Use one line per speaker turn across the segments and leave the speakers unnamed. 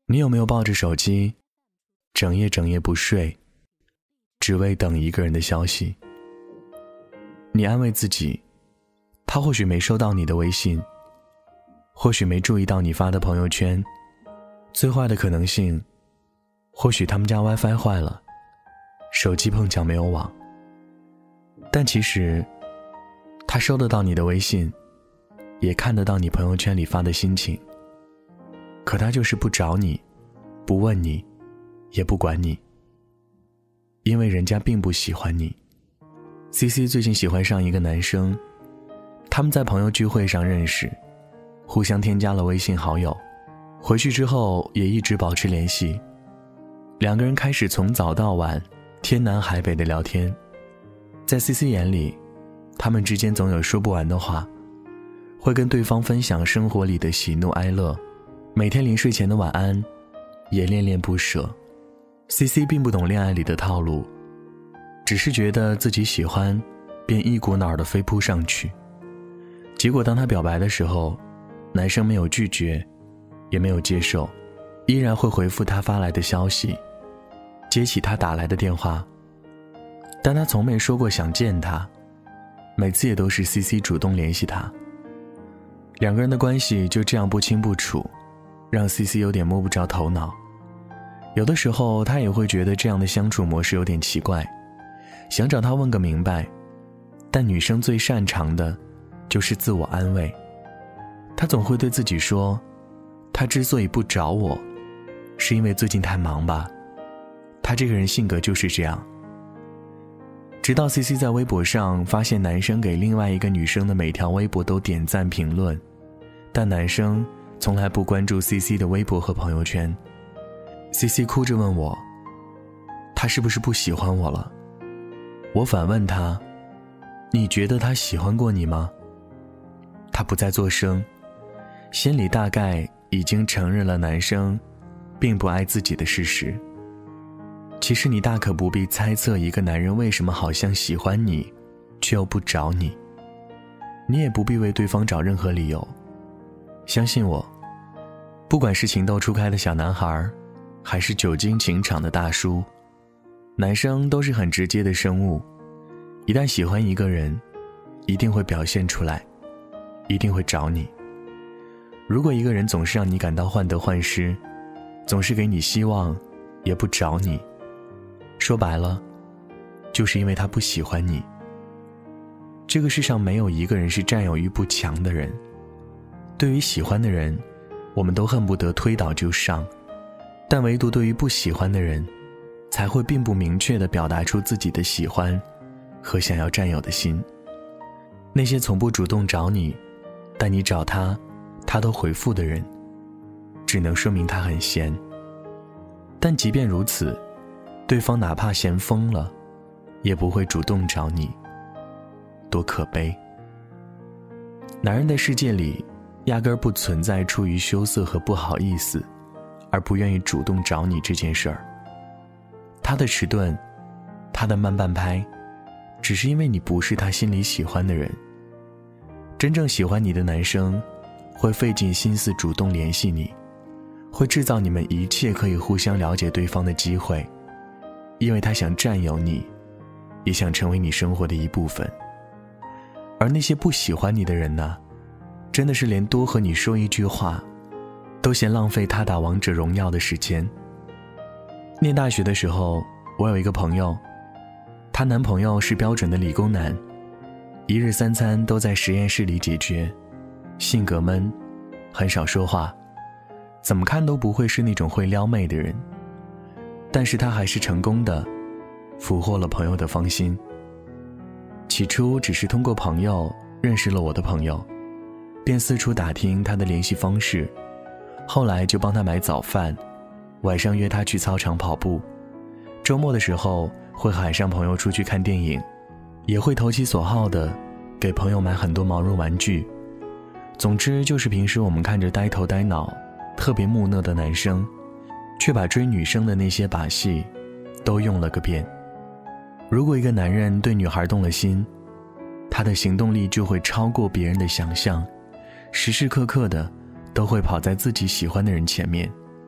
你有没有抱着手机整夜不睡，只为等一个人的消息？你安慰自己，他或许没收到你的微信，或许没注意到你发的朋友圈，最坏的可能性，或许他们家 WiFi 坏了，手机碰巧没有网。但其实他收得到你的微信，也看得到你朋友圈里发的心情，可他就是不找你，不问你，也不管你，因为人家并不喜欢你。 CC 最近喜欢上一个男生，他们在朋友聚会上认识，互相添加了微信好友，回去之后也一直保持联系。两个人开始从早到晚天南海北的聊天，在 CC 眼里，他们之间总有说不完的话，会跟对方分享生活里的喜怒哀乐，每天临睡前的晚安也恋恋不舍。 CC 并不懂恋爱里的套路，只是觉得自己喜欢，便一股脑地飞扑上去。结果当他表白的时候，男生没有拒绝，也没有接受，依然会回复他发来的消息，接起他打来的电话，但他从没说过想见他，每次也都是 CC 主动联系他。两个人的关系就这样不清不楚，让 CC 有点摸不着头脑。有的时候他也会觉得这样的相处模式有点奇怪，想找他问个明白，但女生最擅长的就是自我安慰。她总会对自己说，他之所以不找我，是因为最近太忙吧，他这个人性格就是这样。直到 CC 在微博上发现男生给另外一个女生的每条微博都点赞评论，但男生从来不关注 CC 的微博和朋友圈。 CC 哭着问我，他是不是不喜欢我了？我反问他，你觉得他喜欢过你吗？他不再作声，心里大概已经承认了男生并不爱自己的事实。其实你大可不必猜测一个男人为什么好像喜欢你，却又不找你。你也不必为对方找任何理由。相信我，不管是情窦初开的小男孩，还是久经情场的大叔，男生都是很直接的生物，一旦喜欢一个人，一定会表现出来，一定会找你。如果一个人总是让你感到患得患失，总是给你希望，也不找你，说白了，就是因为他不喜欢你。这个世上没有一个人是占有欲不强的人，对于喜欢的人，我们都恨不得推倒就上，但唯独对于不喜欢的人，才会并不明确地表达出自己的喜欢和想要占有的心。那些从不主动找你，但你找他，他都回复的人，只能说明他很闲。但即便如此，对方哪怕闲疯了，也不会主动找你，多可悲。男人的世界里，压根儿不存在出于羞涩和不好意思而不愿意主动找你这件事儿。他的迟钝，他的慢半拍，只是因为你不是他心里喜欢的人。真正喜欢你的男生，会费尽心思主动联系你，会制造你们一切可以互相了解对方的机会，因为他想占有你，也想成为你生活的一部分。而那些不喜欢你的人呢，真的是连多和你说一句话，都嫌浪费他打王者荣耀的时间。念大学的时候，我有一个朋友，她男朋友是标准的理工男，一日三餐都在实验室里解决，性格闷，很少说话，怎么看都不会是那种会撩妹的人。但是他还是成功的俘获了朋友的芳心。起初只是通过朋友认识了我的朋友，便四处打听他的联系方式，后来就帮他买早饭，晚上约他去操场跑步，周末的时候会喊上朋友出去看电影，也会投其所好的给朋友买很多毛绒玩具。总之就是平时我们看着呆头呆脑特别木讷的男生，却把追女生的那些把戏都用了个遍。如果一个男人对女孩动了心，他的行动力就会超过别人的想象，时时刻刻的都会跑在自己喜欢的人前面，只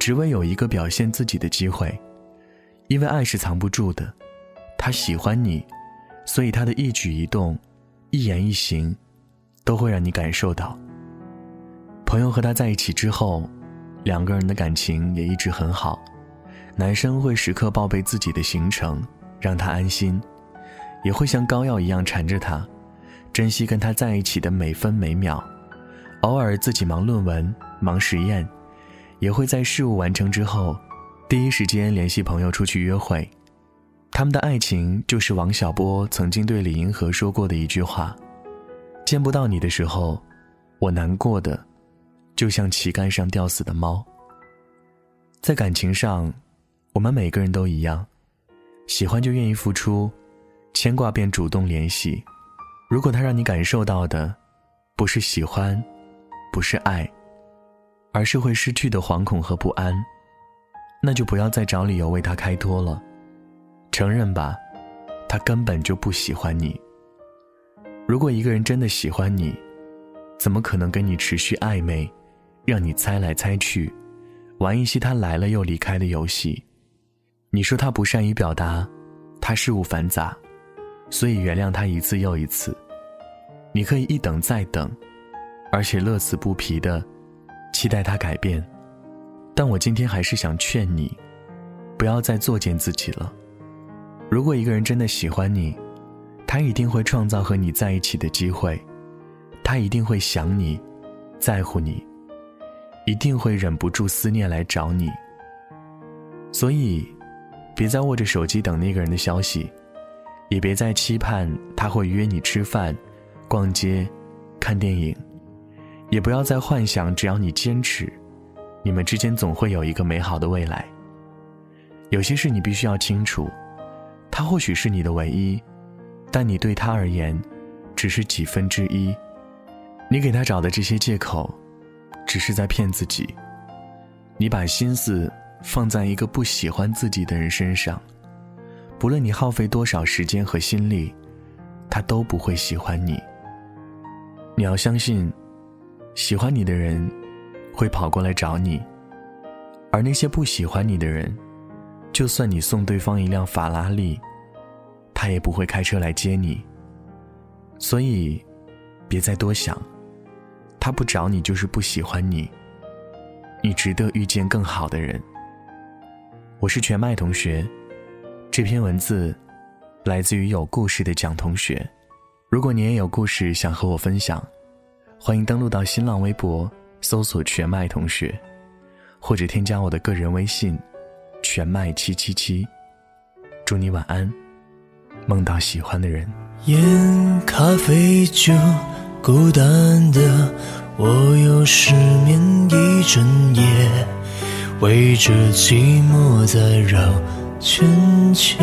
只为有一个表现自己的机会。因为爱是藏不住的，他喜欢你，所以他的一举一动、一言一行都会让你感受到。朋友和他在一起之后，两个人的感情也一直很好。男生会时刻报备自己的行程，让他安心，也会像膏药一样缠着他，珍惜跟他在一起的每分每秒。偶尔自己忙论文、忙实验，也会在事务完成之后，第一时间联系朋友出去约会。他们的爱情就是王小波曾经对李银河说过的一句话：见不到你的时候，我难过的就像旗杆上吊死的猫。在感情上，我们每个人都一样，喜欢就愿意付出，牵挂便主动联系。如果他让你感受到的不是喜欢，不是爱，而是会失去的惶恐和不安，那就不要再找理由为他开脱了。承认吧，他根本就不喜欢你。如果一个人真的喜欢你，怎么可能跟你持续暧昧，让你猜来猜去，玩一些他来了又离开的游戏？你说他不善于表达，他事务繁杂，所以原谅他一次又一次。你可以一等再等，而且乐此不疲地期待他改变。但我今天还是想劝你，不要再作践自己了。如果一个人真的喜欢你，他一定会创造和你在一起的机会，他一定会想你，在乎你，一定会忍不住思念来找你。所以别再握着手机等那个人的消息，也别再期盼他会约你吃饭、逛街、看电影，也不要再幻想只要你坚持，你们之间总会有一个美好的未来。有些事你必须要清楚，他或许是你的唯一，但你对他而言只是几分之一。你给他找的这些借口只是在骗自己。你把心思放在一个不喜欢自己的人身上，不论你耗费多少时间和心力，他都不会喜欢你。你要相信，喜欢你的人会跑过来找你，而那些不喜欢你的人，就算你送对方一辆法拉利，他也不会开车来接你。所以别再多想，他不找你就是不喜欢你，你值得遇见更好的人。我是全麦同学，这篇文字来自于有故事的蒋同学。如果你也有故事想和我分享，欢迎登录到新浪微博搜索全麦同学，或者添加我的个人微信全麦777。祝你晚安，梦到喜欢的人。
烟咖啡酒，孤单的我又失眠一整夜，围着寂寞在绕圈圈。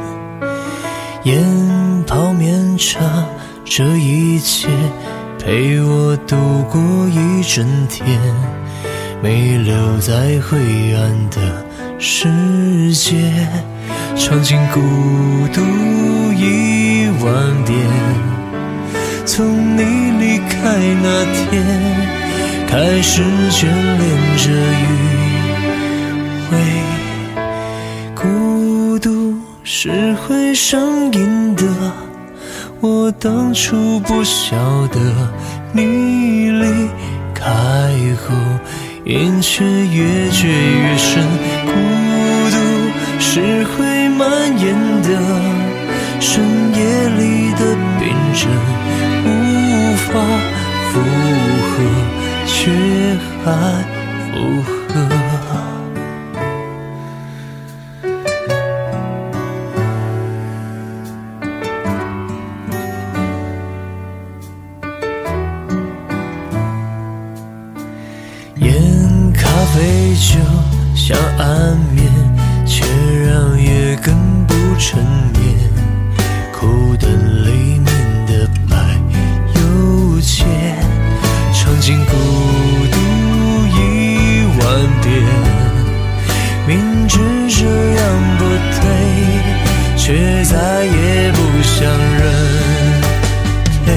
烟泡面茶，这一切陪我度过一整天，没留在灰暗的世界，尝尽孤独1万遍。从你离开那天开始眷恋着余味，孤独是会上瘾的，我当初不晓得，你离开后瘾却越嚼越深，孤独是会蔓延的，深夜里的病症无法负荷，却还附和。烟咖啡酒像安眠，却让夜更不成眠，口袋里面的白又浅，尝尽孤独1万遍，明知这样不对，却再也不想认赔。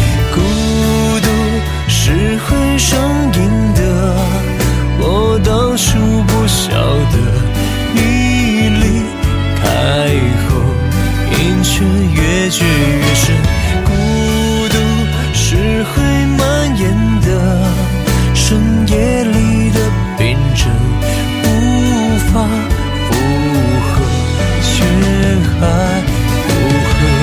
孤独是会上瘾的，我当数不晓得你离开后，阴却越聚越深，孤独是会蔓延的，深夜里的冰镇，无法负荷，却还不合。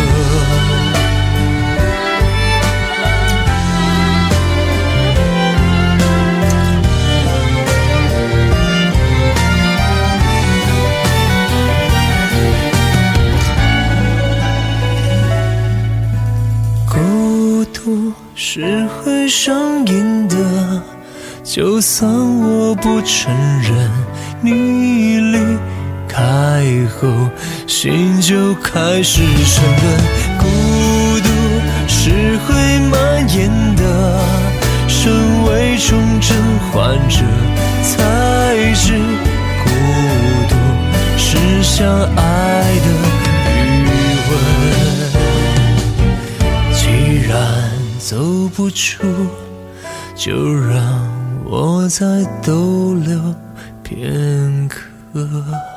孤独是会上瘾的，就算我不承认，你离开后，心就开始沉沦。孤独是会蔓延的，身为重症患者才知孤独是相爱的余温。既然走不出，就让我再逗留片刻。